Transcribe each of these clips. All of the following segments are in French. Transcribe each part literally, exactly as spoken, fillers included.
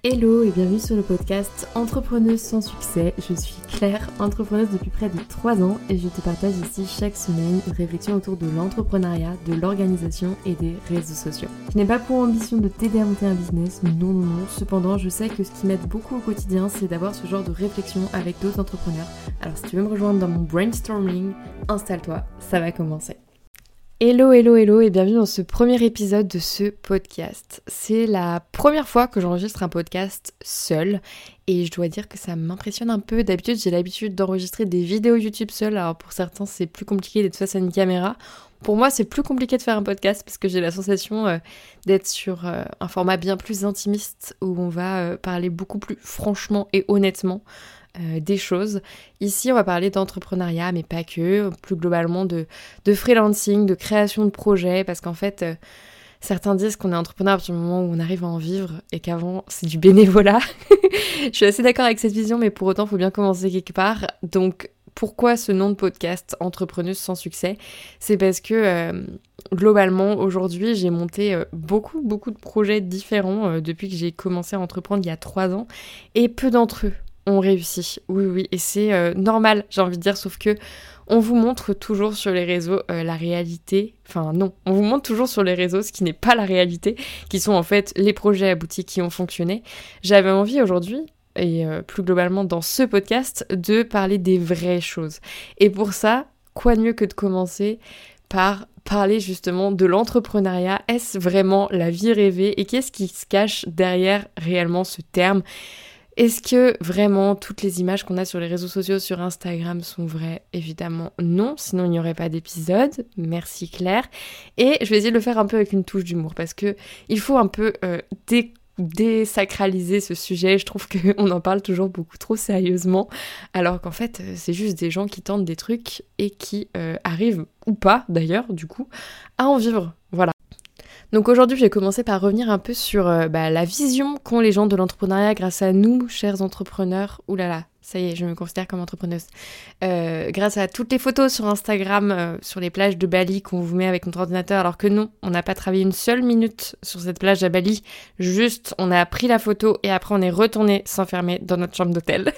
Hello et bienvenue sur le podcast Entrepreneuse sans succès. Je suis Claire, entrepreneuse depuis près de trois ans et je te partage ici chaque semaine une réflexion autour de l'entrepreneuriat, de l'organisation et des réseaux sociaux. Je n'ai pas pour ambition de t'aider à monter un business, non non non. Cependant, je sais que ce qui m'aide beaucoup au quotidien, c'est d'avoir ce genre de réflexion avec d'autres entrepreneurs. Alors si tu veux me rejoindre dans mon brainstorming, installe-toi, ça va commencer. Hello, hello, hello et bienvenue dans ce premier épisode de ce podcast. C'est la première fois que j'enregistre un podcast seule et je dois dire que ça m'impressionne un peu. D'habitude, j'ai l'habitude d'enregistrer des vidéos YouTube seule, alors pour certains, c'est plus compliqué d'être face à une caméra. Pour moi, c'est plus compliqué de faire un podcast parce que j'ai la sensation euh, d'être sur euh, un format bien plus intimiste où on va euh, parler beaucoup plus franchement et honnêtement Euh, des choses. Ici, on va parler d'entrepreneuriat, mais pas que, plus globalement de, de freelancing, de création de projets, parce qu'en fait, euh, certains disent qu'on est entrepreneur à partir du moment où on arrive à en vivre et qu'avant, c'est du bénévolat. Je suis assez d'accord avec cette vision, mais pour autant, il faut bien commencer quelque part. Donc, pourquoi ce nom de podcast, Entrepreneuse sans succès ? C'est parce que, euh, globalement, aujourd'hui, j'ai monté euh, beaucoup, beaucoup de projets différents euh, depuis que j'ai commencé à entreprendre il y a trois ans, et peu d'entre eux on réussit, oui oui, et c'est euh, normal, j'ai envie de dire, sauf que on vous montre toujours sur les réseaux euh, la réalité, enfin non, on vous montre toujours sur les réseaux ce qui n'est pas la réalité, qui sont en fait les projets aboutis qui ont fonctionné. J'avais envie aujourd'hui, et euh, plus globalement dans ce podcast, de parler des vraies choses. Et pour ça, quoi de mieux que de commencer par parler justement de l'entrepreneuriat. Est-ce vraiment la vie rêvée ? Et qu'est-ce qui se cache derrière réellement ce terme ? Est-ce que vraiment toutes les images qu'on a sur les réseaux sociaux, sur Instagram sont vraies ? Évidemment non, sinon il n'y aurait pas d'épisode. Merci Claire. Et je vais essayer de le faire un peu avec une touche d'humour parce que il faut un peu euh, dé- désacraliser ce sujet. Je trouve qu'on en parle toujours beaucoup trop sérieusement alors qu'en fait c'est juste des gens qui tentent des trucs et qui euh, arrivent, ou pas d'ailleurs du coup, à en vivre. Voilà. Donc aujourd'hui, je vais commencer par revenir un peu sur euh, bah, la vision qu'ont les gens de l'entrepreneuriat grâce à nous, chers entrepreneurs. Ouh là là, ça y est, je me considère comme entrepreneuse. Euh, grâce à toutes les photos sur Instagram, euh, sur les plages de Bali qu'on vous met avec notre ordinateur, alors que non, on n'a pas travaillé une seule minute sur cette plage à Bali. Juste, on a pris la photo et après on est retourné s'enfermer dans notre chambre d'hôtel.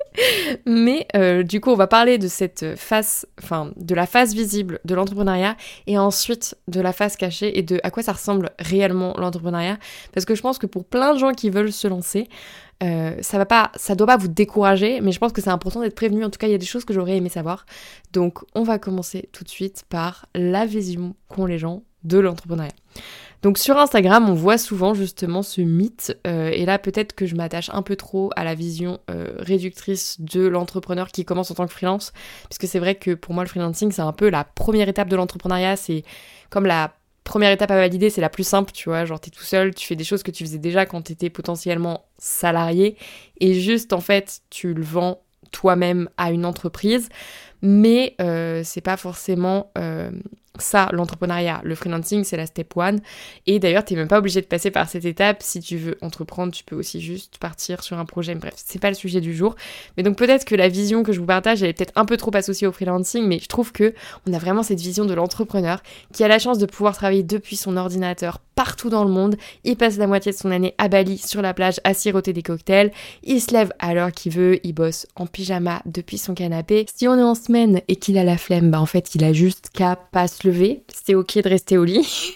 Mais euh, du coup, on va parler de cette face, enfin, de la face visible de l'entrepreneuriat et ensuite de la face cachée et de à quoi ça ressemble réellement l'entrepreneuriat. Parce que je pense que pour plein de gens qui veulent se lancer, euh, ça va pas, ça doit pas vous décourager, mais je pense que c'est important d'être prévenu. En tout cas, il y a des choses que j'aurais aimé savoir. Donc, on va commencer tout de suite par la vision qu'ont les gens de l'entrepreneuriat. Donc sur Instagram, on voit souvent justement ce mythe, euh, et là peut-être que je m'attache un peu trop à la vision euh, réductrice de l'entrepreneur qui commence en tant que freelance, puisque c'est vrai que pour moi le freelancing c'est un peu la première étape de l'entrepreneuriat, c'est comme la première étape à valider, c'est la plus simple, tu vois, genre t'es tout seul, tu fais des choses que tu faisais déjà quand t'étais potentiellement salarié, et juste en fait tu le vends toi-même à une entreprise, mais euh, c'est pas forcément euh, ça l'entrepreneuriat. Le freelancing c'est la step one, et d'ailleurs t'es même pas obligé de passer par cette étape. Si tu veux entreprendre, tu peux aussi juste partir sur un projet, bref, c'est pas le sujet du jour. Mais donc peut-être que la vision que je vous partage elle est peut-être un peu trop associée au freelancing, mais je trouve que on a vraiment cette vision de l'entrepreneur qui a la chance de pouvoir travailler depuis son ordinateur partout dans le monde. Il passe la moitié de son année à Bali sur la plage à siroter des cocktails, il se lève à l'heure qu'il veut, il bosse en pyjama depuis son canapé. Si on est en semaine et qu'il a la flemme, bah en fait il a juste qu'à pas se lever, c'est ok de rester au lit.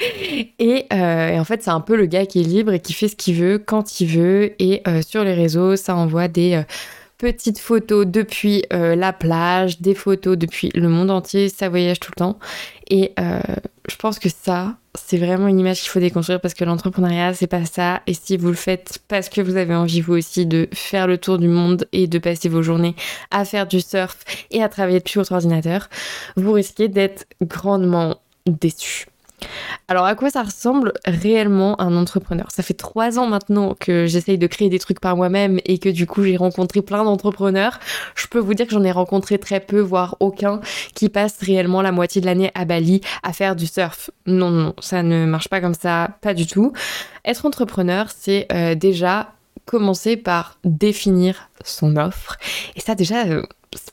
et, euh, et en fait c'est un peu le gars qui est libre et qui fait ce qu'il veut quand il veut, et euh, sur les réseaux ça envoie des euh, petites photos depuis euh, la plage, des photos depuis le monde entier, ça voyage tout le temps, et euh, je pense que ça c'est vraiment une image qu'il faut déconstruire parce que l'entrepreneuriat c'est pas ça. Et si vous le faites parce que vous avez envie vous aussi de faire le tour du monde et de passer vos journées à faire du surf et à travailler depuis votre ordinateur, vous risquez d'être grandement déçus. Alors à quoi ça ressemble réellement un entrepreneur ? Ça fait trois ans maintenant que j'essaye de créer des trucs par moi-même et que du coup j'ai rencontré plein d'entrepreneurs. Je peux vous dire que j'en ai rencontré très peu, voire aucun, qui passe réellement la moitié de l'année à Bali à faire du surf. Non, non, ça ne marche pas comme ça, pas du tout. Être entrepreneur, c'est euh, déjà commencer par définir son offre. Et ça déjà... Euh, c'est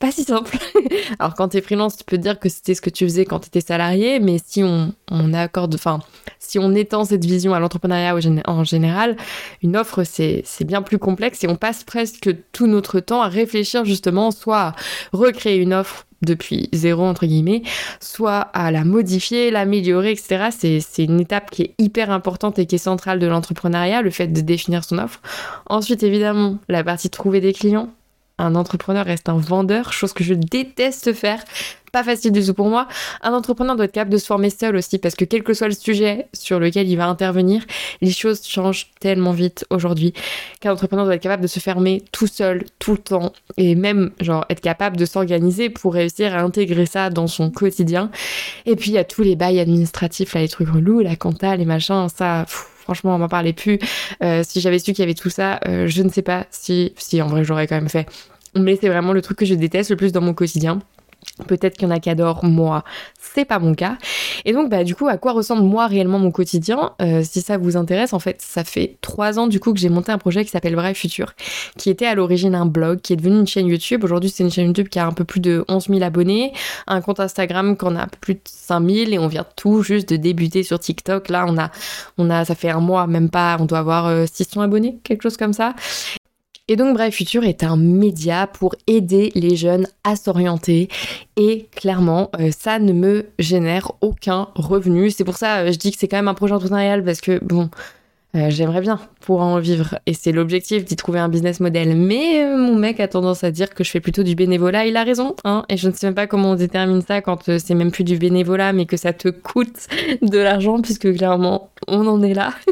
pas si simple. Alors quand t'es freelance, tu peux te dire que c'était ce que tu faisais quand t'étais salarié, mais si on, on accorde, enfin, si on étend cette vision à l'entrepreneuriat en général, une offre, c'est, c'est bien plus complexe et on passe presque tout notre temps à réfléchir justement, soit à recréer une offre depuis zéro, entre guillemets, soit à la modifier, l'améliorer, et cetera. C'est, c'est une étape qui est hyper importante et qui est centrale de l'entrepreneuriat, le fait de définir son offre. Ensuite, évidemment, la partie trouver des clients. Un entrepreneur reste un vendeur, chose que je déteste faire. Pas facile du tout pour moi. Un entrepreneur doit être capable de se former seul aussi, parce que quel que soit le sujet sur lequel il va intervenir, les choses changent tellement vite aujourd'hui qu'un entrepreneur doit être capable de se fermer tout seul, tout le temps, et même genre être capable de s'organiser pour réussir à intégrer ça dans son quotidien. Et puis il y a tous les bails administratifs, là, les trucs relous, la compta, les machins, ça... Pff, franchement, on m'en parlait plus. Euh, si j'avais su qu'il y avait tout ça, euh, je ne sais pas si... Si, en vrai, j'aurais quand même fait. Mais c'est vraiment le truc que je déteste le plus dans mon quotidien. Peut-être qu'il y en a qui adorent, moi, c'est pas mon cas. Et donc, bah, du coup, à quoi ressemble moi réellement mon quotidien ? euh, Si ça vous intéresse, en fait, ça fait trois ans du coup que j'ai monté un projet qui s'appelle Brave Futur, qui était à l'origine un blog, qui est devenu une chaîne YouTube. Aujourd'hui, c'est une chaîne YouTube qui a un peu plus de onze mille abonnés, un compte Instagram qui en a un peu plus de cinq mille, et on vient tout juste de débuter sur TikTok. Là, on a, on a, ça fait un mois, même pas, on doit avoir euh, six cents abonnés, quelque chose comme ça. Et donc Brave Futur est un média pour aider les jeunes à s'orienter et clairement euh, ça ne me génère aucun revenu. C'est pour ça euh, je dis que c'est quand même un projet entrepreneurial parce que bon, euh, j'aimerais bien pouvoir en vivre et c'est l'objectif d'y trouver un business model. Mais euh, mon mec a tendance à dire que je fais plutôt du bénévolat. Il a raison, hein, et je ne sais même pas comment on détermine ça quand euh, c'est même plus du bénévolat mais que ça te coûte de l'argent puisque clairement on en est là.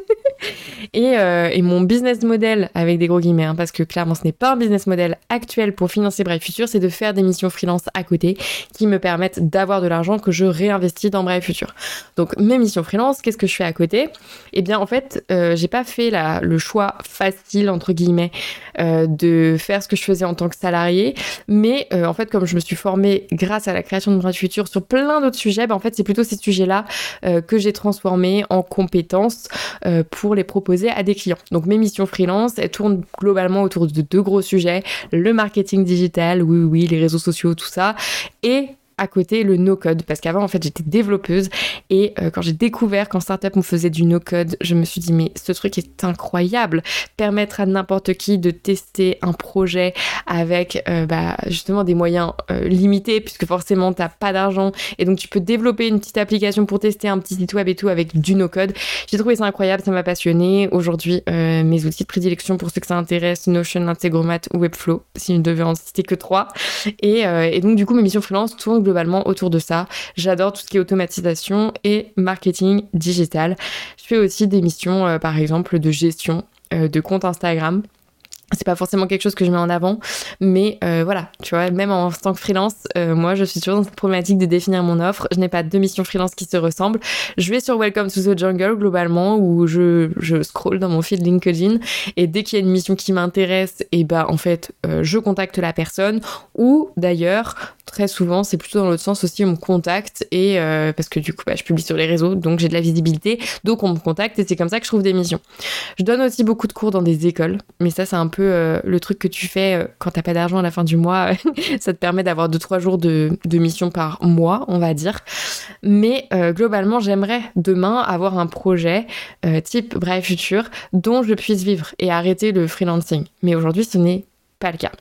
Et, euh, et mon business model, avec des gros guillemets, hein, parce que clairement ce n'est pas un business model actuel pour financer Brave Futur, c'est de faire des missions freelance à côté qui me permettent d'avoir de l'argent que je réinvestis dans Brave Futur. Donc mes missions freelance, qu'est-ce que je fais à côté ? Eh bien en fait, euh, j'ai pas fait la, le choix facile, entre guillemets, euh, de faire ce que je faisais en tant que salarié, mais euh, en fait comme je me suis formée grâce à la création de Brave Futur sur plein d'autres sujets, bah, en fait c'est plutôt ces sujets-là euh, que j'ai transformés en compétences euh, pour les proposer à des clients. Donc mes missions freelance, elles tournent globalement autour de deux gros sujets, le marketing digital, oui oui, les réseaux sociaux, tout ça, et à côté le no-code, parce qu'avant en fait j'étais développeuse et euh, quand j'ai découvert qu'en startup on faisait du no-code, je me suis dit mais ce truc est incroyable, permettre à n'importe qui de tester un projet avec euh, bah, justement des moyens euh, limités puisque forcément t'as pas d'argent et donc tu peux développer une petite application pour tester un petit site web et tout avec du no-code. J'ai trouvé ça incroyable, ça m'a passionnée. Aujourd'hui euh, mes outils de prédilection pour ceux que ça intéresse, Notion, Integromat ou Webflow, si je ne devais en citer que trois, et, euh, et donc du coup mes missions freelance tournent globalement autour de ça. J'adore tout ce qui est automatisation et marketing digital. Je fais aussi des missions, euh, par exemple, de gestion euh, de compte Instagram. C'est pas forcément quelque chose que je mets en avant, mais euh, voilà, tu vois, même en tant que freelance, euh, moi je suis toujours dans cette problématique de définir mon offre. Je n'ai pas deux missions freelance qui se ressemblent. Je vais sur Welcome to the Jungle globalement, où je, je scroll dans mon feed LinkedIn, et dès qu'il y a une mission qui m'intéresse, et bah en fait, euh, je contacte la personne, ou d'ailleurs, très souvent, c'est plutôt dans l'autre sens aussi, on me contacte, et euh, parce que du coup, bah, je publie sur les réseaux, donc j'ai de la visibilité, donc on me contacte, et c'est comme ça que je trouve des missions. Je donne aussi beaucoup de cours dans des écoles, mais ça c'est un peu Euh, le truc que tu fais euh, quand t'as pas d'argent à la fin du mois. Ça te permet d'avoir deux trois jours de, de mission par mois, on va dire. Mais euh, globalement, j'aimerais demain avoir un projet euh, type Brave Futur dont je puisse vivre et arrêter le freelancing. Mais aujourd'hui, ce n'est pas le cas.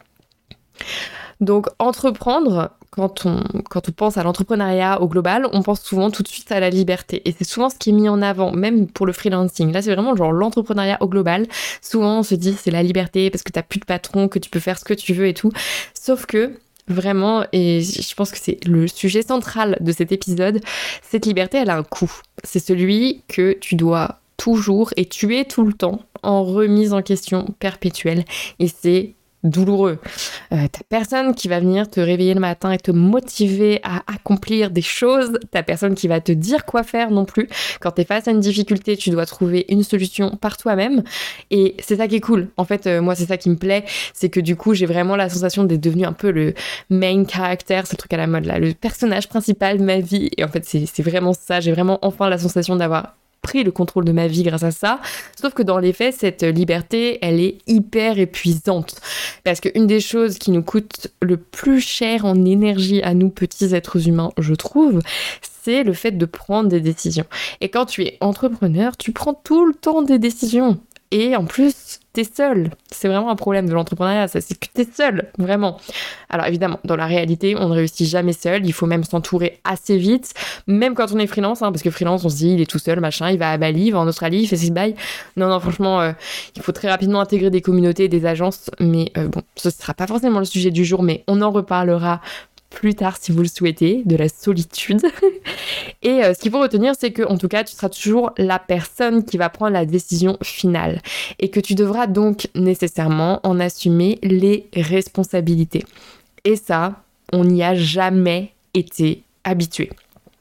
Donc, entreprendre, quand on, quand on pense à l'entrepreneuriat au global, on pense souvent tout de suite à la liberté. Et c'est souvent ce qui est mis en avant, même pour le freelancing. Là, c'est vraiment genre l'entrepreneuriat au global. Souvent, on se dit c'est la liberté parce que t'as plus de patron, que tu peux faire ce que tu veux et tout. Sauf que, vraiment, et je pense que c'est le sujet central de cet épisode, cette liberté, elle a un coût. C'est celui que tu dois toujours et tu es tout le temps en remise en question perpétuelle. Et c'est douloureux. Euh, t'as personne qui va venir te réveiller le matin et te motiver à accomplir des choses. T'as personne qui va te dire quoi faire non plus. Quand t'es face à une difficulté, tu dois trouver une solution par toi-même. Et c'est ça qui est cool. En fait, euh, moi, c'est ça qui me plaît. C'est que du coup, j'ai vraiment la sensation d'être devenue un peu le main character, ce truc à la mode là, le personnage principal de ma vie. Et en fait, c'est, c'est vraiment ça. J'ai vraiment enfin la sensation d'avoir repris le contrôle de ma vie grâce à ça. Sauf que dans les faits, cette liberté, elle est hyper épuisante. Parce qu'une des choses qui nous coûte le plus cher en énergie à nous petits êtres humains, je trouve, c'est le fait de prendre des décisions. Et quand tu es entrepreneur, tu prends tout le temps des décisions. Et en plus, t'es seul. C'est vraiment un problème de l'entrepreneuriat, ça, c'est que t'es seul, vraiment. Alors évidemment, dans la réalité, on ne réussit jamais seul. Il faut même s'entourer assez vite, même quand on est freelance, hein, parce que freelance, on se dit, il est tout seul, machin, il va à Bali, il va en Australie, il fait ses bails. Non, non, franchement, euh, il faut très rapidement intégrer des communautés, des agences. Mais euh, bon, ce ne sera pas forcément le sujet du jour, mais on en reparlera plus tard si vous le souhaitez, de la solitude. Et euh, ce qu'il faut retenir, c'est que en tout cas, tu seras toujours la personne qui va prendre la décision finale et que tu devras donc nécessairement en assumer les responsabilités. Et ça, on n'y a jamais été habitué.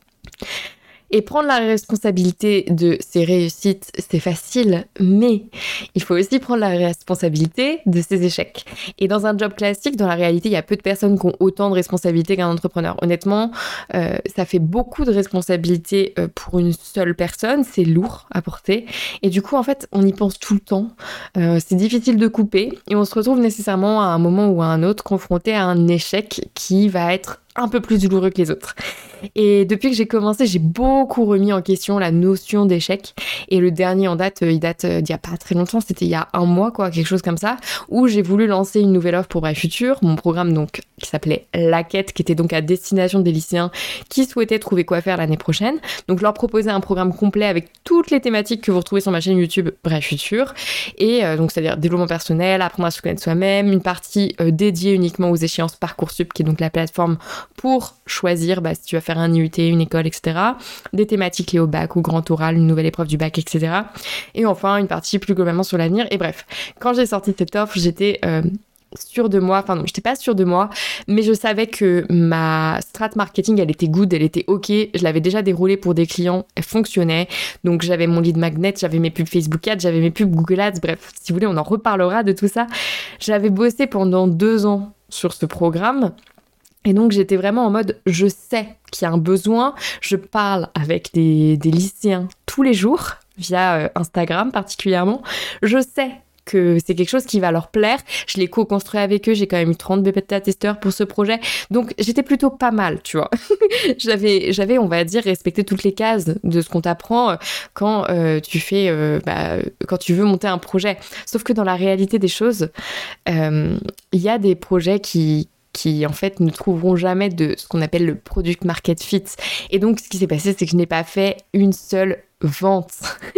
Et prendre la responsabilité de ses réussites, c'est facile, mais il faut aussi prendre la responsabilité de ses échecs. Et dans un job classique, dans la réalité, il y a peu de personnes qui ont autant de responsabilités qu'un entrepreneur. Honnêtement, euh, ça fait beaucoup de responsabilités euh, pour une seule personne, c'est lourd à porter. Et du coup, en fait, on y pense tout le temps. Euh, c'est difficile de couper et on se retrouve nécessairement à un moment ou à un autre confronté à un échec qui va être un peu plus douloureux que les autres. Et depuis que j'ai commencé, j'ai beaucoup remis en question la notion d'échec. Et le dernier en date, il date d'il n'y a pas très longtemps, c'était il y a un mois, quoi, quelque chose comme ça, où j'ai voulu lancer une nouvelle offre pour Brave Futur, mon programme donc qui s'appelait La Quête, qui était donc à destination des lycéens qui souhaitaient trouver quoi faire l'année prochaine. Donc leur proposer un programme complet avec toutes les thématiques que vous retrouvez sur ma chaîne YouTube Brave Futur. Et euh, donc c'est-à-dire développement personnel, apprendre à se connaître soi-même, une partie euh, dédiée uniquement aux échéances Parcoursup, qui est donc la plateforme pour choisir bah, si tu vas faire un I U T, une école, et cetera. Des thématiques liées au bac ou grand oral, une nouvelle épreuve du bac, et cetera. Et enfin, une partie plus globalement sur l'avenir. Et bref, quand j'ai sorti cette offre, j'étais euh, sûre de moi. Enfin non, j'étais pas sûre de moi, mais je savais que ma strat marketing, elle était good, elle était ok. Je l'avais déjà déroulée pour des clients, elle fonctionnait. Donc j'avais mon lead magnet, j'avais mes pubs Facebook Ads, j'avais mes pubs Google Ads. Bref, si vous voulez, on en reparlera de tout ça. J'avais bossé pendant deux ans sur ce programme. Et donc, j'étais vraiment en mode, je sais qu'il y a un besoin. Je parle avec des, des lycéens tous les jours, via euh, Instagram particulièrement. Je sais que c'est quelque chose qui va leur plaire. Je l'ai co-construit avec eux. J'ai quand même eu trente bêta-testeurs pour ce projet. Donc, j'étais plutôt pas mal, tu vois. j'avais, j'avais, on va dire, respecté toutes les cases de ce qu'on t'apprend quand euh, tu fais, euh, bah, quand tu veux monter un projet. Sauf que dans la réalité des choses, il euh, y a des projets qui qui en fait ne trouveront jamais de ce qu'on appelle le product market fit. Et donc ce qui s'est passé, c'est que je n'ai pas fait une seule vente.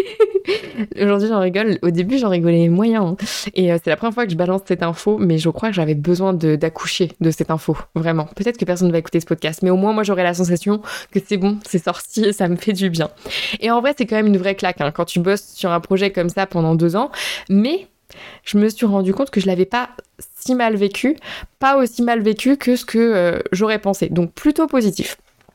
Aujourd'hui j'en rigole, au début j'en rigolais moyen, hein. Et euh, c'est la première fois que je balance cette info, mais je crois que j'avais besoin de, d'accoucher de cette info, vraiment. Peut-être que personne ne va écouter ce podcast, mais au moins moi j'aurais la sensation que c'est bon, c'est sorti et ça me fait du bien. Et en vrai c'est quand même une vraie claque, hein, quand tu bosses sur un projet comme ça pendant deux ans, mais je me suis rendu compte que je l'avais pas si mal vécu, pas aussi mal vécu que ce que euh, j'aurais pensé. Donc plutôt positif.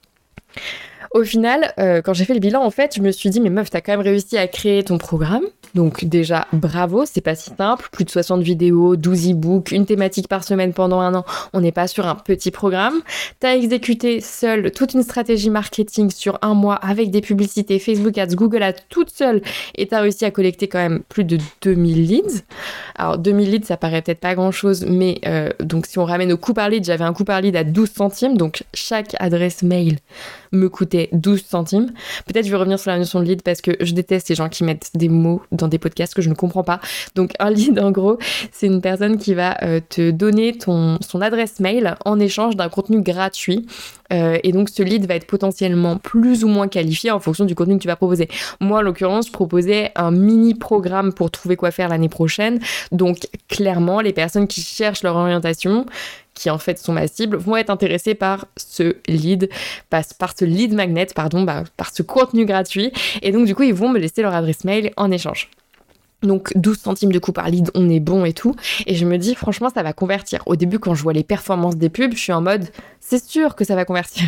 Au final, euh, quand j'ai fait le bilan, en fait, je me suis dit, mais meuf, t'as quand même réussi à créer ton programme. Donc déjà, bravo, c'est pas si simple. Plus de soixante vidéos, douze e-books, une thématique par semaine pendant un an. On n'est pas sur un petit programme. T'as exécuté seule toute une stratégie marketing sur un mois avec des publicités, Facebook Ads, Google Ads, toute seule. Et t'as réussi à collecter quand même plus de deux mille leads. Alors deux mille leads, ça paraît peut-être pas grand-chose, mais euh, donc si on ramène au coût par lead, j'avais un coût par lead à douze centimes. Donc chaque adresse mail me coûtait douze centimes. Peut-être je vais revenir sur la notion de lead parce que je déteste les gens qui mettent des mots dans des podcasts que je ne comprends pas. Donc un lead, en gros, c'est une personne qui va euh, te donner ton, son adresse mail en échange d'un contenu gratuit. Euh, et donc ce lead va être potentiellement plus ou moins qualifié en fonction du contenu que tu vas proposer. Moi, en l'occurrence, je proposais un mini-programme pour trouver quoi faire l'année prochaine. Donc clairement, les personnes qui cherchent leur orientation, qui en fait sont ma cible, vont être intéressés par ce lead, par, par ce lead magnet, pardon, bah, par ce contenu gratuit. Et donc du coup, ils vont me laisser leur adresse mail en échange. Donc douze centimes de coût par lead, on est bon et tout. Et je me dis, franchement, ça va convertir. Au début, quand je vois les performances des pubs, je suis en mode, c'est sûr que ça va convertir.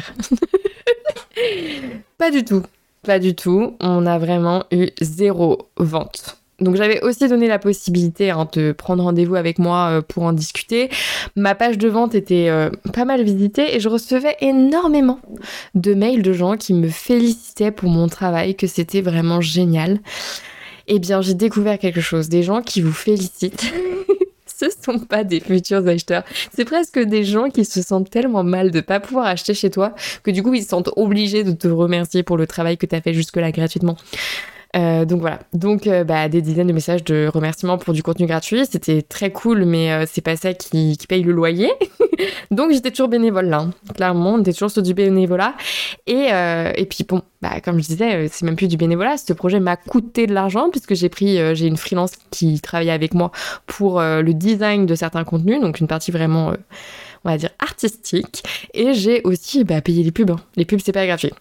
Pas du tout. Pas du tout. On a vraiment eu zéro vente. Donc j'avais aussi donné la possibilité hein, de prendre rendez-vous avec moi euh, pour en discuter. Ma page de vente était euh, pas mal visitée et je recevais énormément de mails de gens qui me félicitaient pour mon travail, que c'était vraiment génial. Eh bien, j'ai découvert quelque chose. Des gens qui vous félicitent, ce sont pas des futurs acheteurs. C'est presque des gens qui se sentent tellement mal de pas pouvoir acheter chez toi que du coup, ils se sentent obligés de te remercier pour le travail que tu as fait jusque-là gratuitement. Euh, donc voilà, donc euh, bah, des dizaines de messages de remerciements pour du contenu gratuit, c'était très cool, mais euh, c'est pas ça qui, qui paye le loyer. Donc j'étais toujours bénévole là, hein. Clairement, on était toujours sur du bénévolat. Et, euh, et puis bon, bah, comme je disais, c'est même plus du bénévolat, ce projet m'a coûté de l'argent puisque j'ai pris, euh, j'ai une freelance qui travaillait avec moi pour euh, le design de certains contenus, donc une partie vraiment, euh, on va dire, artistique. Et j'ai aussi bah, payé les pubs, hein. Les pubs, c'est pas gratuit.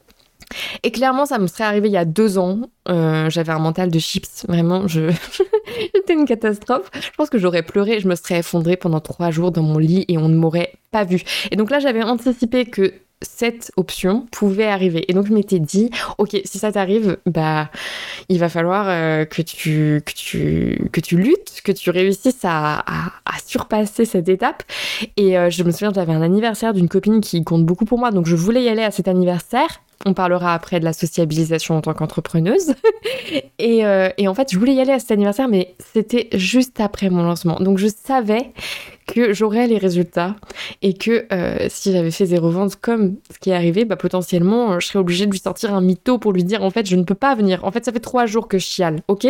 Et clairement, ça me serait arrivé il y a deux ans. Euh, j'avais un mental de chips. Vraiment, je... j'étais une catastrophe. Je pense que j'aurais pleuré. Je me serais effondrée pendant trois jours dans mon lit et on ne m'aurait pas vue. Et donc là, j'avais anticipé que cette option pouvait arriver. Et donc, je m'étais dit, ok, si ça t'arrive, bah, il va falloir euh, que, tu, que, tu, que tu luttes, que tu réussisses à, à, à surpasser cette étape. Et euh, je me souviens, j'avais un anniversaire d'une copine qui compte beaucoup pour moi. Donc, je voulais y aller à cet anniversaire. On parlera après de la sociabilisation en tant qu'entrepreneuse. et, euh, et en fait, je voulais y aller à cet anniversaire, mais c'était juste après mon lancement. Donc, je savais que j'aurais les résultats et que euh, si j'avais fait zéro vente comme ce qui est arrivé, bah, potentiellement, je serais obligée de lui sortir un mytho pour lui dire, en fait, je ne peux pas venir. En fait, ça fait trois jours que je chiale, ok.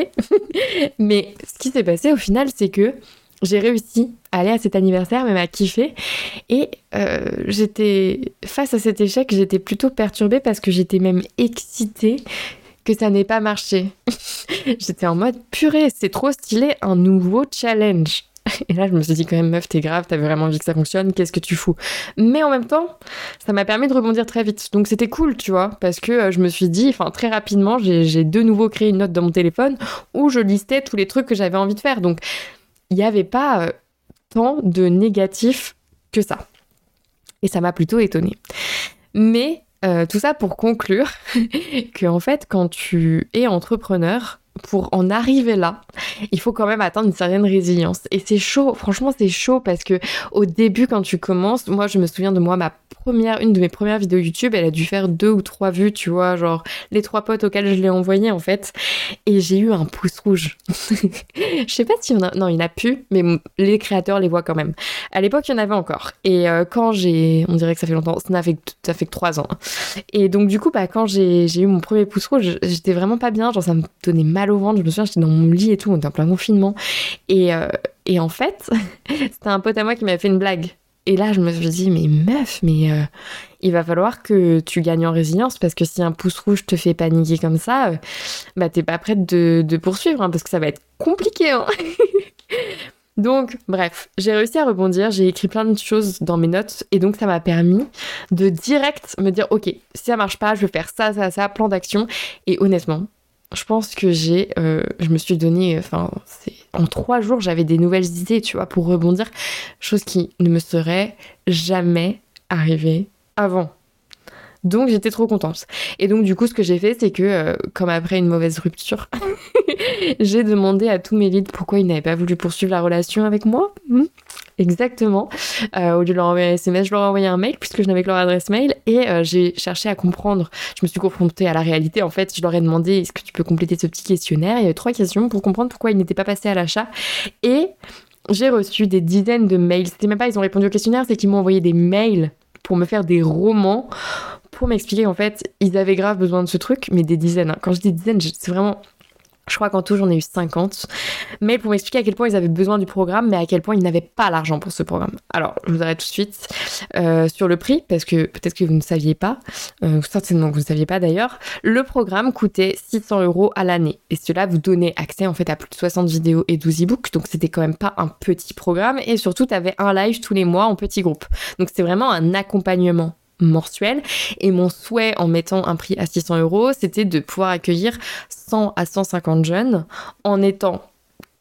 Mais ce qui s'est passé au final, c'est que j'ai réussi à aller à cet anniversaire, même à kiffer. Et euh, j'étais, face à cet échec, j'étais plutôt perturbée parce que j'étais même excitée que ça n'ait pas marché. J'étais en mode, purée, c'est trop stylé, un nouveau challenge. Et là, je me suis dit quand même, meuf, t'es grave, t'avais vraiment envie que ça fonctionne, qu'est-ce que tu fous? Mais en même temps, ça m'a permis de rebondir très vite. Donc c'était cool, tu vois, parce que euh, je me suis dit, enfin très rapidement, j'ai, j'ai de nouveau créé une note dans mon téléphone où je listais tous les trucs que j'avais envie de faire. Donc il n'y avait pas euh, tant de négatifs que ça. Et ça m'a plutôt étonnée. Mais euh, tout ça pour conclure que en fait, quand tu es entrepreneur, pour en arriver là, il faut quand même atteindre une certaine résilience. Et c'est chaud, franchement c'est chaud parce que au début quand tu commences, moi je me souviens de moi, ma première, une de mes premières vidéos YouTube, elle a dû faire deux ou trois vues, tu vois, genre les trois potes auxquels je l'ai envoyée en fait. Et j'ai eu un pouce rouge. Je sais pas s'il y en a, non il y en a plus, mais les créateurs les voient quand même. À l'époque il y en avait encore. Et euh, quand j'ai, on dirait que ça fait longtemps, ça fait, ça fait que trois ans. Et donc du coup, bah, quand j'ai, j'ai eu mon premier pouce rouge, j'étais vraiment pas bien, genre ça me donnait mal au ventre, je me souviens, j'étais dans mon lit et tout, on était en plein confinement. Et, euh, et en fait, c'était un pote à moi qui m'avait fait une blague. Et là, je me suis dit, mais meuf, mais euh, il va falloir que tu gagnes en résilience parce que si un pouce rouge te fait paniquer comme ça, euh, bah t'es pas prête de, de poursuivre hein, parce que ça va être compliqué. Hein. Donc, bref, j'ai réussi à rebondir, j'ai écrit plein de choses dans mes notes et donc ça m'a permis de direct me dire, ok, si ça marche pas, je vais faire ça, ça, ça, plan d'action. Et honnêtement, je pense que j'ai, euh, je me suis donné, enfin, c'est, en trois jours, j'avais des nouvelles idées, tu vois, pour rebondir, chose qui ne me serait jamais arrivée avant. Donc j'étais trop contente. Et donc du coup, ce que j'ai fait, c'est que, euh, comme après une mauvaise rupture, j'ai demandé à tous mes leads pourquoi ils n'avaient pas voulu poursuivre la relation avec moi. Mmh. Exactement. Euh, au lieu de leur envoyer un S M S, je leur ai envoyé un mail puisque je n'avais que leur adresse mail et euh, j'ai cherché à comprendre. Je me suis confrontée à la réalité. En fait, je leur ai demandé est-ce que tu peux compléter ce petit questionnaire. Il y avait trois questions pour comprendre pourquoi ils n'étaient pas passés à l'achat. Et j'ai reçu des dizaines de mails. C'était même pas ils ont répondu au questionnaire, c'est qu'ils m'ont envoyé des mails pour me faire des romans pour m'expliquer en fait ils avaient grave besoin de ce truc, mais des dizaines. Hein. Quand je dis dizaines, c'est vraiment... Je crois qu'en tout, j'en ai eu cinquante mails pour m'expliquer à quel point ils avaient besoin du programme, mais à quel point ils n'avaient pas l'argent pour ce programme. Alors, je vous arrête tout de suite euh, sur le prix, parce que peut-être que vous ne saviez pas, euh, certainement que vous ne saviez pas d'ailleurs, le programme coûtait six cents euros à l'année. Et cela vous donnait accès en fait à plus de soixante vidéos et douze e-books, donc c'était quand même pas un petit programme. Et surtout, tu avais un live tous les mois en petits groupes. Donc c'était vraiment un accompagnement mensuel et mon souhait en mettant un prix à six cents euros c'était de pouvoir accueillir cent à cent cinquante jeunes en étant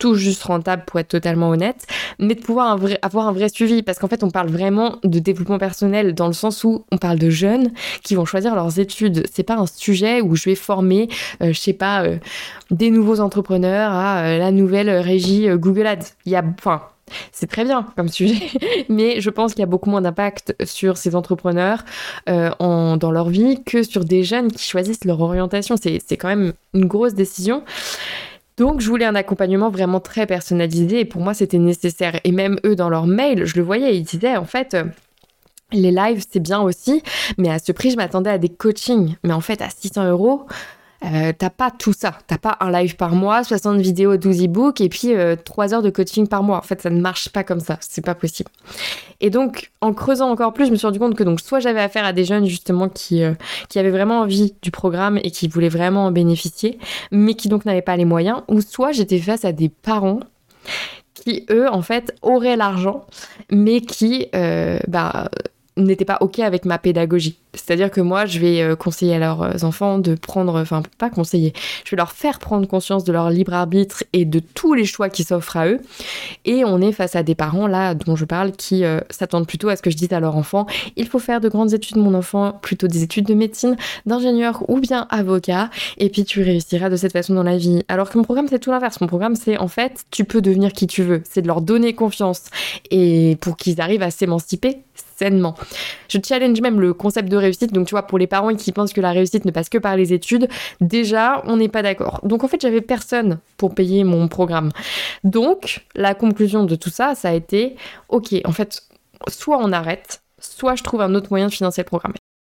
tout juste rentable pour être totalement honnête, mais de pouvoir un vrai, avoir un vrai suivi, parce qu'en fait on parle vraiment de développement personnel dans le sens où on parle de jeunes qui vont choisir leurs études. C'est pas un sujet où je vais former, euh, je sais pas, euh, des nouveaux entrepreneurs à euh, la nouvelle régie euh, Google Ads. Il y a, enfin, c'est très bien comme sujet, mais je pense qu'il y a beaucoup moins d'impact sur ces entrepreneurs euh, en, dans leur vie que sur des jeunes qui choisissent leur orientation. C'est, c'est quand même une grosse décision. Donc, je voulais un accompagnement vraiment très personnalisé et pour moi, c'était nécessaire. Et même eux, dans leur mail, je le voyais, ils disaient, en fait, euh, les lives, c'est bien aussi, mais à ce prix, je m'attendais à des coachings. Mais en fait, à six cents euros, euh, t'as pas tout ça. T'as pas un live par mois, soixante vidéos, douze e-books et puis euh, trois heures de coaching par mois. En fait, ça ne marche pas comme ça. C'est pas possible. Et donc, en creusant encore plus, je me suis rendu compte que donc, soit j'avais affaire à des jeunes, justement, qui, euh, qui avaient vraiment envie du programme et qui voulaient vraiment en bénéficier, mais qui donc n'avaient pas les moyens, ou soit j'étais face à des parents qui, eux, en fait, auraient l'argent, mais qui, euh, bah, n'étaient pas OK avec ma pédagogie. C'est-à-dire que moi, je vais euh, conseiller à leurs enfants de prendre, enfin, pas conseiller, je vais leur faire prendre conscience de leur libre arbitre et de tous les choix qui s'offrent à eux. Et on est face à des parents, là, dont je parle, qui euh, s'attendent plutôt à ce que je dise à leur enfant, il faut faire de grandes études, mon enfant, plutôt des études de médecine, d'ingénieur ou bien avocat, et puis tu réussiras de cette façon dans la vie. Alors que mon programme, c'est tout l'inverse. Mon programme, c'est, en fait, tu peux devenir qui tu veux. C'est de leur donner confiance. Et pour qu'ils arrivent à s'émanciper sainement. Je challenge même le concept de réussite. Donc, tu vois, pour les parents qui pensent que la réussite ne passe que par les études, déjà, on n'est pas d'accord. Donc, en fait, j'avais personne pour payer mon programme. Donc, la conclusion de tout ça, ça a été, ok, en fait, soit on arrête, soit je trouve un autre moyen de financer le programme.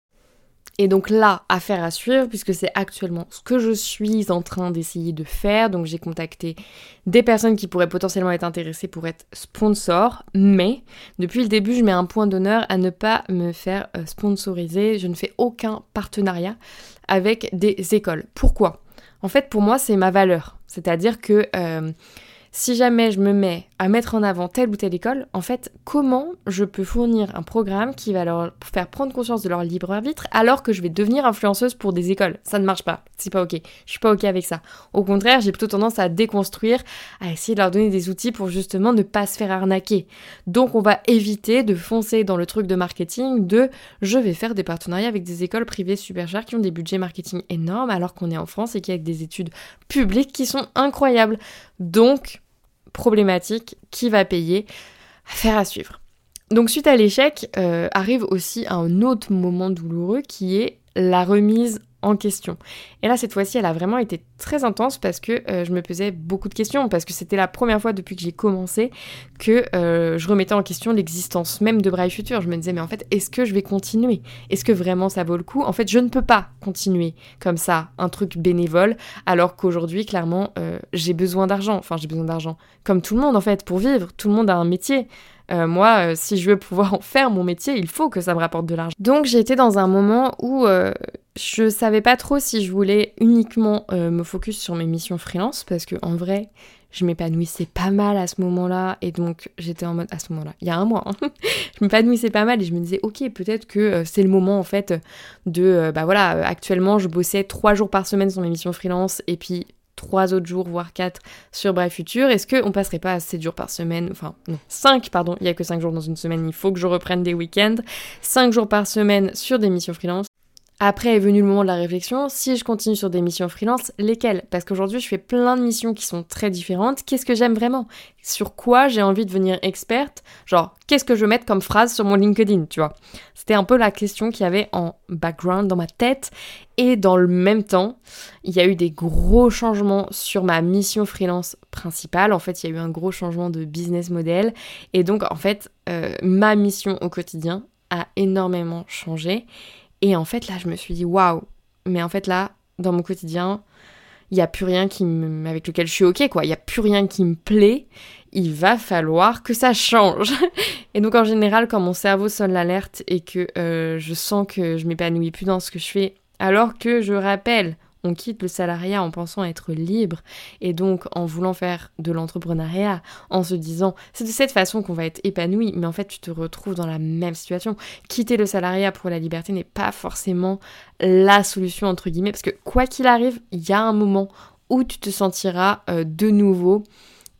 Et donc là, affaire à suivre, puisque c'est actuellement ce que je suis en train d'essayer de faire. Donc j'ai contacté des personnes qui pourraient potentiellement être intéressées pour être sponsors, mais depuis le début, je mets un point d'honneur à ne pas me faire euh, sponsoriser. Je ne fais aucun partenariat avec des écoles. Pourquoi ? En fait, pour moi, c'est ma valeur. C'est-à-dire que euh, si jamais je me mets à mettre en avant telle ou telle école, en fait, comment je peux fournir un programme qui va leur faire prendre conscience de leur libre arbitre alors que je vais devenir influenceuse pour des écoles ? Ça ne marche pas, c'est pas ok. Je suis pas ok avec ça. Au contraire, j'ai plutôt tendance à déconstruire, à essayer de leur donner des outils pour justement ne pas se faire arnaquer. Donc on va éviter de foncer dans le truc de marketing de je vais faire des partenariats avec des écoles privées super chères qui ont des budgets marketing énormes alors qu'on est en France et qu'il y a des études publiques qui sont incroyables. Donc problématique, qui va payer, affaire à suivre. Donc suite à l'échec, euh, arrive aussi un autre moment douloureux qui est la remise en question. Et là, cette fois-ci, elle a vraiment été très intense parce que euh, je me posais beaucoup de questions, parce que c'était la première fois depuis que j'ai commencé que euh, je remettais en question l'existence même de Bright Future. Je me disais, mais en fait, est-ce que je vais continuer ? Est-ce que vraiment ça vaut le coup ? En fait, je ne peux pas continuer comme ça, un truc bénévole, alors qu'aujourd'hui, clairement, euh, j'ai besoin d'argent. Enfin, j'ai besoin d'argent. Comme tout le monde, en fait, pour vivre. Tout le monde a un métier. Euh, moi, euh, si je veux pouvoir en faire mon métier, il faut que ça me rapporte de l'argent. Donc j'ai été dans un moment où euh, je savais pas trop si je voulais uniquement euh, me focus sur mes missions freelance, parce que en vrai, je m'épanouissais pas mal à ce moment-là, et donc j'étais en mode, à ce moment-là, il y a un mois, hein, je m'épanouissais pas mal, et je me disais, ok, peut-être que euh, c'est le moment en fait de, euh, bah voilà, euh, actuellement je bossais trois jours par semaine sur mes missions freelance, et puis trois autres jours, voire quatre, sur Bright Future. Est-ce qu'on passerait pas à sept jours par semaine ? Enfin, non, cinq, pardon, il y a que cinq jours dans une semaine, il faut que je reprenne des week-ends. cinq jours par semaine sur des missions freelance. Après est venu le moment de la réflexion, si je continue sur des missions freelance, lesquelles ? Parce qu'aujourd'hui, je fais plein de missions qui sont très différentes. Qu'est-ce que j'aime vraiment ? Sur quoi j'ai envie de devenir experte ? Genre, qu'est-ce que je veux mettre comme phrase sur mon LinkedIn, tu vois ? C'était un peu la question qu'il y avait en background dans ma tête. Et dans le même temps, il y a eu des gros changements sur ma mission freelance principale. En fait, il y a eu un gros changement de business model. Et donc, en fait, euh, ma mission au quotidien a énormément changé. Et en fait, là, je me suis dit, waouh, mais en fait, là, dans mon quotidien, il n'y a plus rien qui me... avec lequel je suis ok, quoi. Il n'y a plus rien qui me plaît. Il va falloir que ça change. Et donc, en général, quand mon cerveau sonne l'alerte et que euh, je sens que je m'épanouis plus dans ce que je fais, alors que, je rappelle, on quitte le salariat en pensant être libre et donc en voulant faire de l'entrepreneuriat, en se disant c'est de cette façon qu'on va être épanoui, mais en fait tu te retrouves dans la même situation. Quitter le salariat pour la liberté n'est pas forcément la solution entre guillemets, parce que quoi qu'il arrive, il y a un moment où tu te sentiras euh, de nouveau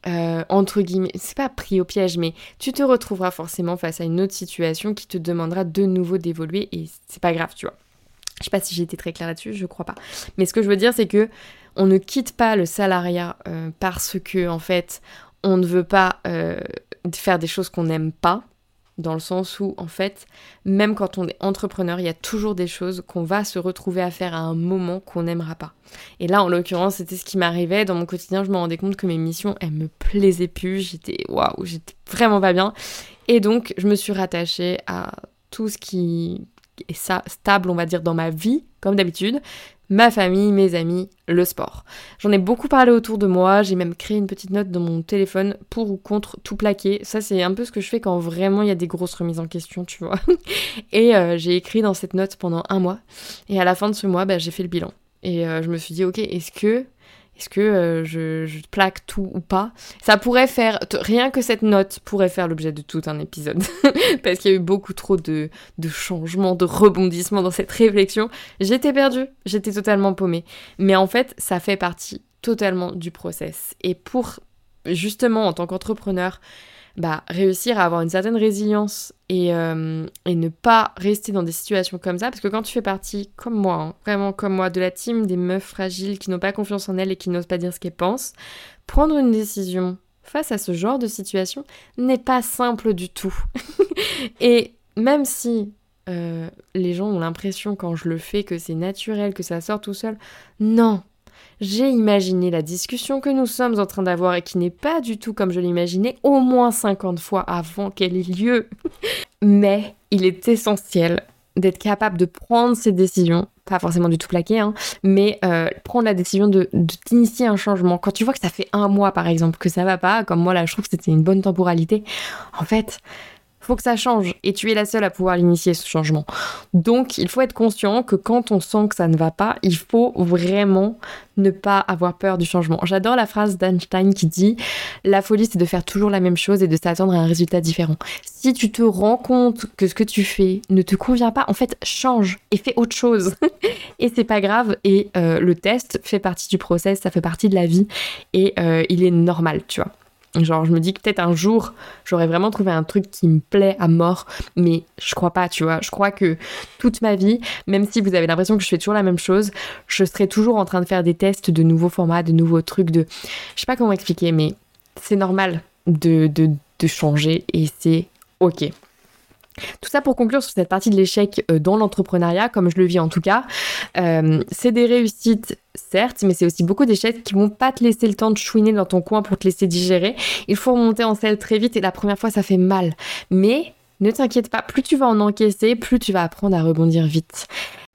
euh, entre guillemets, c'est pas pris au piège, mais tu te retrouveras forcément face à une autre situation qui te demandera de nouveau d'évoluer et c'est pas grave, tu vois. Je sais pas si j'ai été très claire là-dessus, je crois pas. Mais ce que je veux dire, c'est que on ne quitte pas le salariat euh, parce que, en fait, on ne veut pas euh, faire des choses qu'on n'aime pas, dans le sens où, en fait, même quand on est entrepreneur, il y a toujours des choses qu'on va se retrouver à faire à un moment qu'on n'aimera pas. Et là, en l'occurrence, c'était ce qui m'arrivait. Dans mon quotidien, je me rendais compte que mes missions, elles me plaisaient plus. J'étais, waouh, j'étais vraiment pas bien. Et donc, je me suis rattachée à tout ce qui est ça, stable, on va dire, dans ma vie, comme d'habitude. Ma famille, mes amis, le sport. J'en ai beaucoup parlé autour de moi, j'ai même créé une petite note dans mon téléphone pour ou contre tout plaquer. Ça, c'est un peu ce que je fais quand vraiment il y a des grosses remises en question, tu vois. Et euh, j'ai écrit dans cette note pendant un mois. Et à la fin de ce mois, bah, j'ai fait le bilan. Et euh, je me suis dit, ok, est-ce que... Est-ce que euh, je, je plaque tout ou pas ? Ça pourrait faire... T- rien que cette note pourrait faire l'objet de tout un épisode. Parce qu'il y a eu beaucoup trop de, de changements, de rebondissements dans cette réflexion. J'étais perdue, j'étais totalement paumée. Mais en fait, ça fait partie totalement du process. Et pour, justement, en tant qu'entrepreneur, bah, réussir à avoir une certaine résilience et, euh, et ne pas rester dans des situations comme ça, parce que quand tu fais partie, comme moi, hein, vraiment comme moi, de la team des meufs fragiles qui n'ont pas confiance en elles et qui n'osent pas dire ce qu'elles pensent, prendre une décision face à ce genre de situation n'est pas simple du tout. Et même si euh, les gens ont l'impression quand je le fais que c'est naturel, que ça sort tout seul, non. J'ai imaginé la discussion que nous sommes en train d'avoir et qui n'est pas du tout comme je l'imaginais au moins cinquante fois avant qu'elle ait lieu. Mais il est essentiel d'être capable de prendre ces décisions, pas forcément du tout plaquer, hein, mais euh, prendre la décision de, de d'initier un changement. Quand tu vois que ça fait un mois par exemple que ça va pas, comme moi là je trouve que c'était une bonne temporalité, en fait... faut que ça change et tu es la seule à pouvoir l'initier ce changement. Donc il faut être conscient que quand on sent que ça ne va pas, il faut vraiment ne pas avoir peur du changement. J'adore la phrase d'Einstein qui dit « La folie c'est de faire toujours la même chose et de s'attendre à un résultat différent. Si tu te rends compte que ce que tu fais ne te convient pas, en fait change et fais autre chose. » Et c'est pas grave et euh, le test fait partie du process, ça fait partie de la vie et euh, il est normal, tu vois. Genre, je me dis que peut-être un jour, j'aurais vraiment trouvé un truc qui me plaît à mort, mais je crois pas, tu vois. Je crois que toute ma vie, même si vous avez l'impression que je fais toujours la même chose, je serai toujours en train de faire des tests de nouveaux formats, de nouveaux trucs, de... Je sais pas comment expliquer, mais c'est normal de, de, de changer et c'est ok. Tout ça pour conclure sur cette partie de l'échec dans l'entrepreneuriat, comme je le vis en tout cas. Euh, c'est des réussites, certes, mais c'est aussi beaucoup d'échecs qui vont pas te laisser le temps de chouiner dans ton coin pour te laisser digérer. Il faut remonter en selle très vite et la première fois, ça fait mal. Mais ne t'inquiète pas, plus tu vas en encaisser, plus tu vas apprendre à rebondir vite.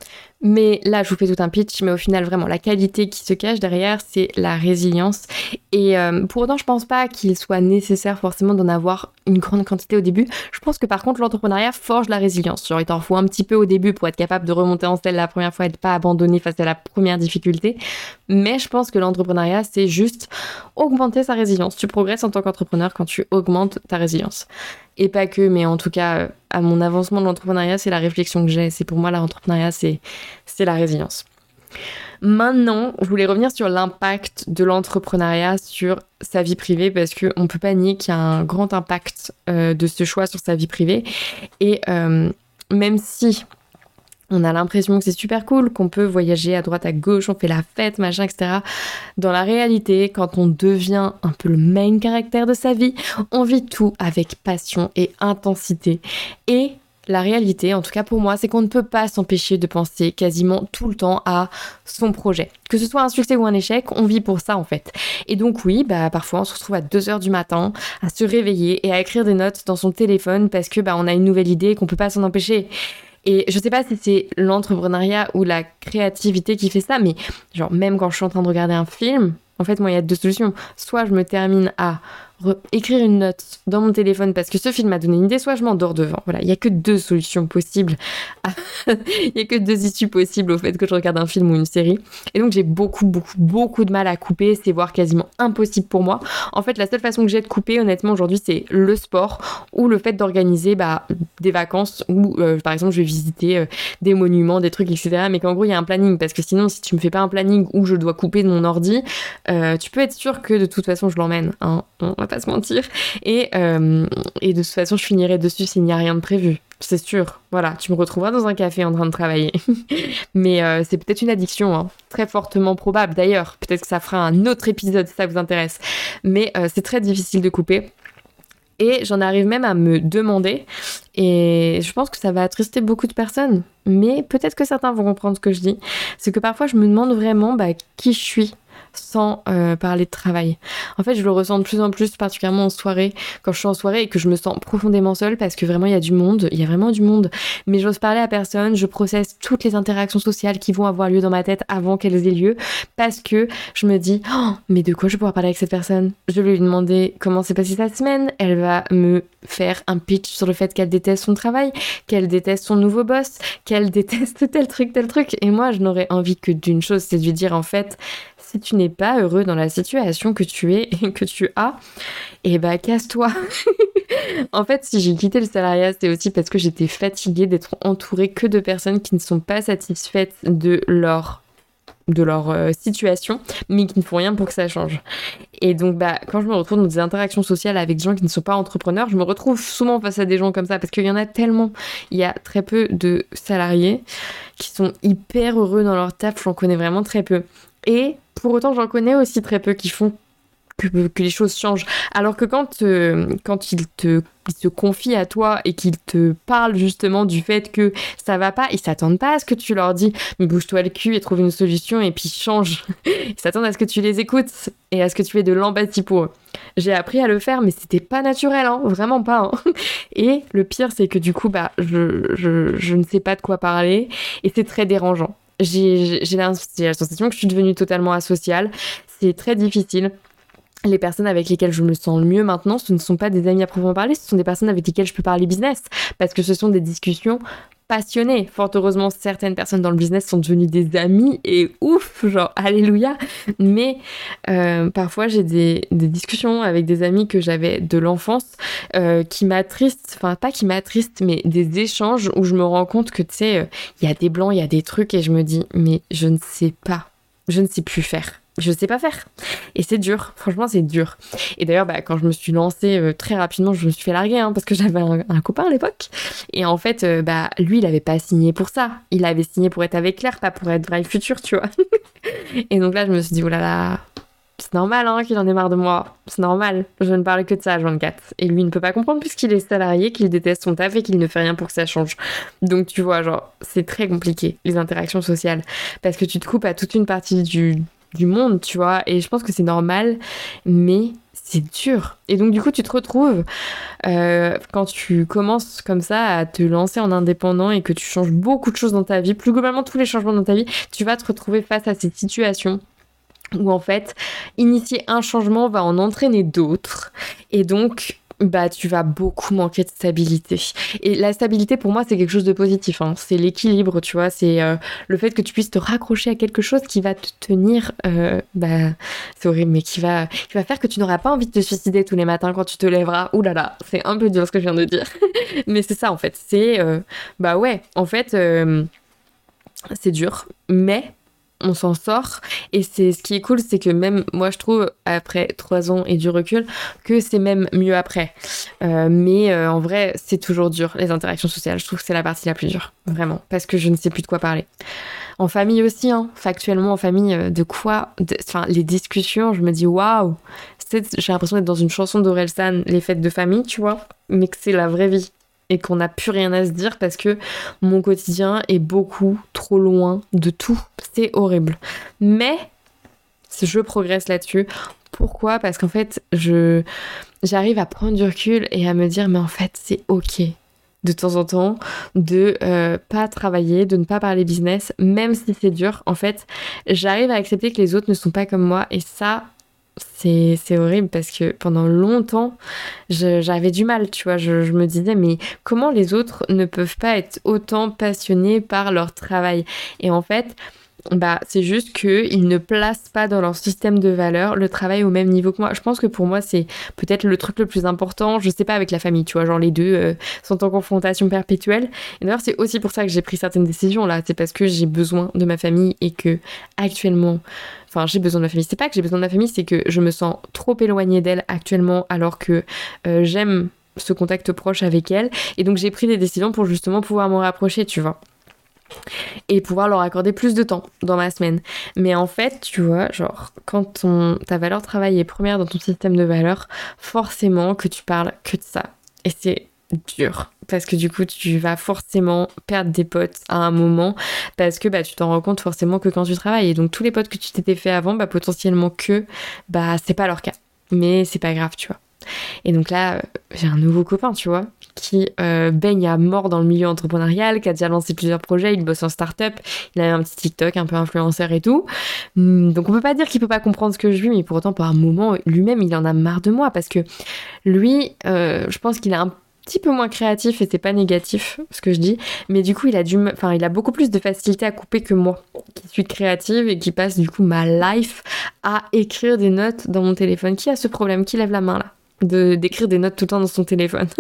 Mais là, je vous fais tout un pitch, mais au final, vraiment, la qualité qui se cache derrière, c'est la résilience. Et euh, pour autant, je pense pas qu'il soit nécessaire forcément d'en avoir une grande quantité au début. Je pense que par contre, l'entrepreneuriat forge la résilience. Genre, il t'en faut un petit peu au début pour être capable de remonter en selle la première fois et de pas abandonner face à la première difficulté. Mais je pense que l'entrepreneuriat, c'est juste augmenter sa résilience. Tu progresses en tant qu'entrepreneur quand tu augmentes ta résilience. Et pas que, mais en tout cas, à mon avancement de l'entrepreneuriat, c'est la réflexion que j'ai. C'est pour moi, l'entrepreneuriat, c'est, c'est la résilience. Maintenant, je voulais revenir sur l'impact de l'entrepreneuriat sur sa vie privée, parce qu'on ne peut pas nier qu'il y a un grand impact euh, de ce choix sur sa vie privée. Et euh, même si on a l'impression que c'est super cool, qu'on peut voyager à droite à gauche, on fait la fête, machin, et cetera. Dans la réalité, quand on devient un peu le main caractère de sa vie, on vit tout avec passion et intensité. Et la réalité, en tout cas pour moi, c'est qu'on ne peut pas s'empêcher de penser quasiment tout le temps à son projet. Que ce soit un succès ou un échec, on vit pour ça en fait. Et donc oui, bah parfois on se retrouve à deux heures du matin à se réveiller et à écrire des notes dans son téléphone parce que bah on a une nouvelle idée et qu'on peut pas s'en empêcher. Et je sais pas si c'est l'entrepreneuriat ou la créativité qui fait ça, mais genre même quand je suis en train de regarder un film, en fait moi il y a deux solutions. Soit je me termine à re- écrire une note dans mon téléphone parce que ce film m'a donné une idée, soit je m'endors devant. Voilà, il y a que deux solutions possibles. Il y a que deux issues possibles au fait que je regarde un film ou une série. Et donc j'ai beaucoup, beaucoup, beaucoup de mal à couper. C'est voire quasiment impossible pour moi. En fait, la seule façon que j'ai de couper, honnêtement, aujourd'hui, c'est le sport ou le fait d'organiser bah, des vacances où, euh, par exemple, je vais visiter euh, des monuments, des trucs, et cetera. Mais qu'en gros, il y a un planning. Parce que sinon, si tu me fais pas un planning où je dois couper de mon ordi, euh, tu peux être sûr que de toute façon je l'emmène, hein, on va pas se mentir, et, euh, et de toute façon je finirai dessus s'il n'y a rien de prévu. C'est sûr, voilà, tu me retrouveras dans un café en train de travailler. Mais euh, c'est peut-être une addiction, hein, très fortement probable d'ailleurs. Peut-être que ça fera un autre épisode si ça vous intéresse. Mais euh, c'est très difficile de couper. Et j'en arrive même à me demander, et je pense que ça va attrister beaucoup de personnes, mais peut-être que certains vont comprendre ce que je dis, c'est que parfois je me demande vraiment bah, qui je suis sans euh, parler de travail. En fait, je le ressens de plus en plus, particulièrement en soirée, quand je suis en soirée et que je me sens profondément seule parce que vraiment il y a du monde, il y a vraiment du monde, mais j'ose parler à personne, je processe toutes les interactions sociales qui vont avoir lieu dans ma tête avant qu'elles aient lieu, parce que je me dis, oh, mais de quoi je vais pouvoir parler avec cette personne? Je vais lui demander comment s'est passée sa semaine, elle va me faire un pitch sur le fait qu'elle déteste son travail, qu'elle déteste son nouveau boss, qu'elle déteste tel truc, tel truc, et moi je n'aurais envie que d'une chose, c'est de lui dire en fait, si tu n'es pas heureux dans la situation que tu es et que tu as, eh bah casse-toi. En fait, si j'ai quitté le salariat, c'est aussi parce que j'étais fatiguée d'être entourée que de personnes qui ne sont pas satisfaites de leur de leur euh, situation, mais qui ne font rien pour que ça change. Et donc, bah, quand je me retrouve dans des interactions sociales avec des gens qui ne sont pas entrepreneurs, je me retrouve souvent face à des gens comme ça, parce qu'il y en a tellement. Il y a très peu de salariés qui sont hyper heureux dans leur taf, j'en connais vraiment très peu. Et pour autant, j'en connais aussi très peu qui font que, que les choses changent. Alors que quand, euh, quand ils te ils se confient à toi et qu'ils te parlent justement du fait que ça va pas, ils s'attendent pas à ce que tu leur dis mais bouge-toi le cul et trouve une solution et puis change. Ils s'attendent à ce que tu les écoutes et à ce que tu aies de l'empathie pour eux. J'ai appris à le faire, mais c'était pas naturel, hein, vraiment pas. Hein. Et le pire, c'est que du coup, bah, je, je, je ne sais pas de quoi parler et c'est très dérangeant. J'ai, j'ai, la, j'ai la sensation que je suis devenue totalement asociale. C'est très difficile. Les personnes avec lesquelles je me sens le mieux maintenant, ce ne sont pas des amis à proprement parler, ce sont des personnes avec lesquelles je peux parler business, parce que ce sont des discussions passionnées. Fort heureusement, certaines personnes dans le business sont devenues des amis, et ouf, genre, alléluia. Mais euh, parfois, j'ai des, des discussions avec des amis que j'avais de l'enfance euh, qui m'attristent, enfin, pas qui m'attristent, mais des échanges où je me rends compte que, tu sais, il euh, y a des blancs, il y a des trucs, et je me dis, mais je ne sais pas, je ne sais plus faire. Je sais pas faire. Et c'est dur. Franchement, c'est dur. Et d'ailleurs, bah, quand je me suis lancée euh, très rapidement, je me suis fait larguer hein, parce que j'avais un, un copain à l'époque. Et en fait, euh, bah, lui, il avait pas signé pour ça. Il avait signé pour être avec Claire, pas pour être Drive Future, tu vois. Et donc là, je me suis dit, oh là là, c'est normal hein, qu'il en ait marre de moi. C'est normal. Je ne parle que de ça à vingt-quatre. Et lui, il ne peut pas comprendre puisqu'il est salarié, qu'il déteste son taf et qu'il ne fait rien pour que ça change. Donc, tu vois, genre, c'est très compliqué, les interactions sociales. Parce que tu te coupes à toute une partie du... du monde, tu vois, et je pense que c'est normal, mais c'est dur. Et donc, du coup, tu te retrouves, euh, quand tu commences comme ça à te lancer en indépendant et que tu changes beaucoup de choses dans ta vie, plus globalement tous les changements dans ta vie, tu vas te retrouver face à cette situation où, en fait, initier un changement va en entraîner d'autres, et donc... bah tu vas beaucoup manquer de stabilité. Et la stabilité pour moi c'est quelque chose de positif, hein. C'est l'équilibre, tu vois, c'est euh, le fait que tu puisses te raccrocher à quelque chose qui va te tenir, euh, bah c'est horrible, mais qui va, qui va faire que tu n'auras pas envie de te suicider tous les matins quand tu te lèveras. Ouh là là, c'est un peu dur ce que je viens de dire. Mais c'est ça en fait, c'est, euh, bah ouais, en fait, euh, c'est dur, mais... on s'en sort et c'est ce qui est cool, c'est que même moi je trouve après trois ans et du recul que c'est même mieux après euh, mais euh, en vrai c'est toujours dur les interactions sociales, je trouve que c'est la partie la plus dure vraiment parce que je ne sais plus de quoi parler. En famille aussi hein, factuellement en famille euh, de quoi enfin les discussions je me dis waouh, j'ai l'impression d'être dans une chanson d'Orelsan, les fêtes de famille tu vois, mais que c'est la vraie vie et qu'on n'a plus rien à se dire parce que mon quotidien est beaucoup trop loin de tout. C'est horrible. Mais je progresse là-dessus. Pourquoi ? Parce qu'en fait, je, j'arrive à prendre du recul et à me dire, mais en fait, c'est ok de temps en temps de euh, pas travailler, de ne pas parler business, même si c'est dur. En fait, j'arrive à accepter que les autres ne sont pas comme moi et ça... C'est, c'est horrible parce que pendant longtemps, je, j'avais du mal, tu vois. Je, je me disais, mais comment les autres ne peuvent pas être autant passionnés par leur travail ? Et en fait, bah c'est juste qu'ils ne placent pas dans leur système de valeurs le travail au même niveau que moi. Je pense que pour moi c'est peut-être le truc le plus important, je sais pas avec la famille, tu vois, genre les deux euh, sont en confrontation perpétuelle. Et d'ailleurs c'est aussi pour ça que j'ai pris certaines décisions là, c'est parce que j'ai besoin de ma famille et que actuellement, enfin j'ai besoin de ma famille, c'est pas que j'ai besoin de ma famille, c'est que je me sens trop éloignée d'elle actuellement alors que euh, j'aime ce contact proche avec elle, et donc j'ai pris des décisions pour justement pouvoir m'en rapprocher, tu vois, et pouvoir leur accorder plus de temps dans ma semaine. Mais en fait, tu vois, genre, quand ton, ta valeur travail est première dans ton système de valeurs, forcément que tu parles que de ça. Et c'est dur, parce que du coup, tu vas forcément perdre des potes à un moment, parce que bah, tu t'en rends compte forcément que quand tu travailles. Et donc, tous les potes que tu t'étais fait avant, bah, potentiellement que, bah, c'est pas leur cas. Mais c'est pas grave, tu vois. Et donc là, euh, j'ai un nouveau copain, tu vois, qui euh, baigne à mort dans le milieu entrepreneurial, qui a déjà lancé plusieurs projets, il bosse en start-up, il a un petit TikTok, un peu influenceur et tout. Donc on peut pas dire qu'il peut pas comprendre ce que je vis, mais pour autant, par un moment, lui-même, il en a marre de moi, parce que lui, euh, je pense qu'il a un petit peu moins créatif, et c'est pas négatif ce que je dis, mais du coup il a du, enfin il a beaucoup plus de facilité à couper que moi, qui suis créative et qui passe du coup ma life à écrire des notes dans mon téléphone. Qui a ce problème? Qui lève la main là? De, d'écrire des notes tout le temps dans son téléphone.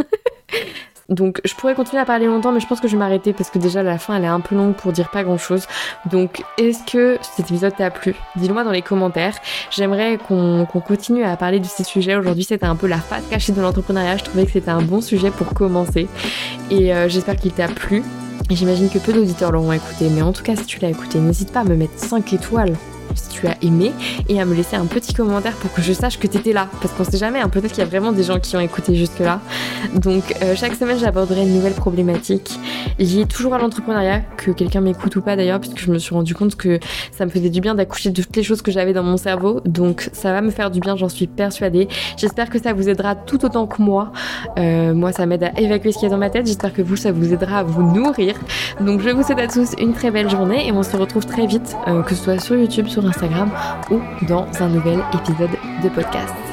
Donc je pourrais continuer à parler longtemps, mais je pense que je vais m'arrêter parce que déjà la fin elle est un peu longue pour dire pas grand chose. Donc est-ce que cet épisode t'a plu? Dis-le moi dans les commentaires. J'aimerais qu'on, qu'on continue à parler de ces sujets. Aujourd'hui c'était un peu la face cachée de l'entrepreneuriat. Je trouvais que c'était un bon sujet pour commencer. Et euh, j'espère qu'il t'a plu. Et j'imagine que peu d'auditeurs l'auront écouté. Mais en tout cas si tu l'as écouté, n'hésite pas à me mettre cinq étoiles si tu as aimé, et à me laisser un petit commentaire pour que je sache que t'étais là, parce qu'on sait jamais, hein, peut-être qu'il y a vraiment des gens qui ont écouté jusque là. Donc euh, chaque semaine j'aborderai une nouvelle problématique liée toujours à l'entrepreneuriat, que quelqu'un m'écoute ou pas d'ailleurs, puisque je me suis rendu compte que ça me faisait du bien d'accoucher de toutes les choses que j'avais dans mon cerveau, donc ça va me faire du bien, j'en suis persuadée. J'espère que ça vous aidera tout autant que moi. Euh, moi ça m'aide à évacuer ce qu'il y a dans ma tête, j'espère que vous ça vous aidera à vous nourrir. Donc je vous souhaite à tous une très belle journée, et on se retrouve très vite, euh, que ce soit sur YouTube, sur Instagram ou dans un nouvel épisode de podcast.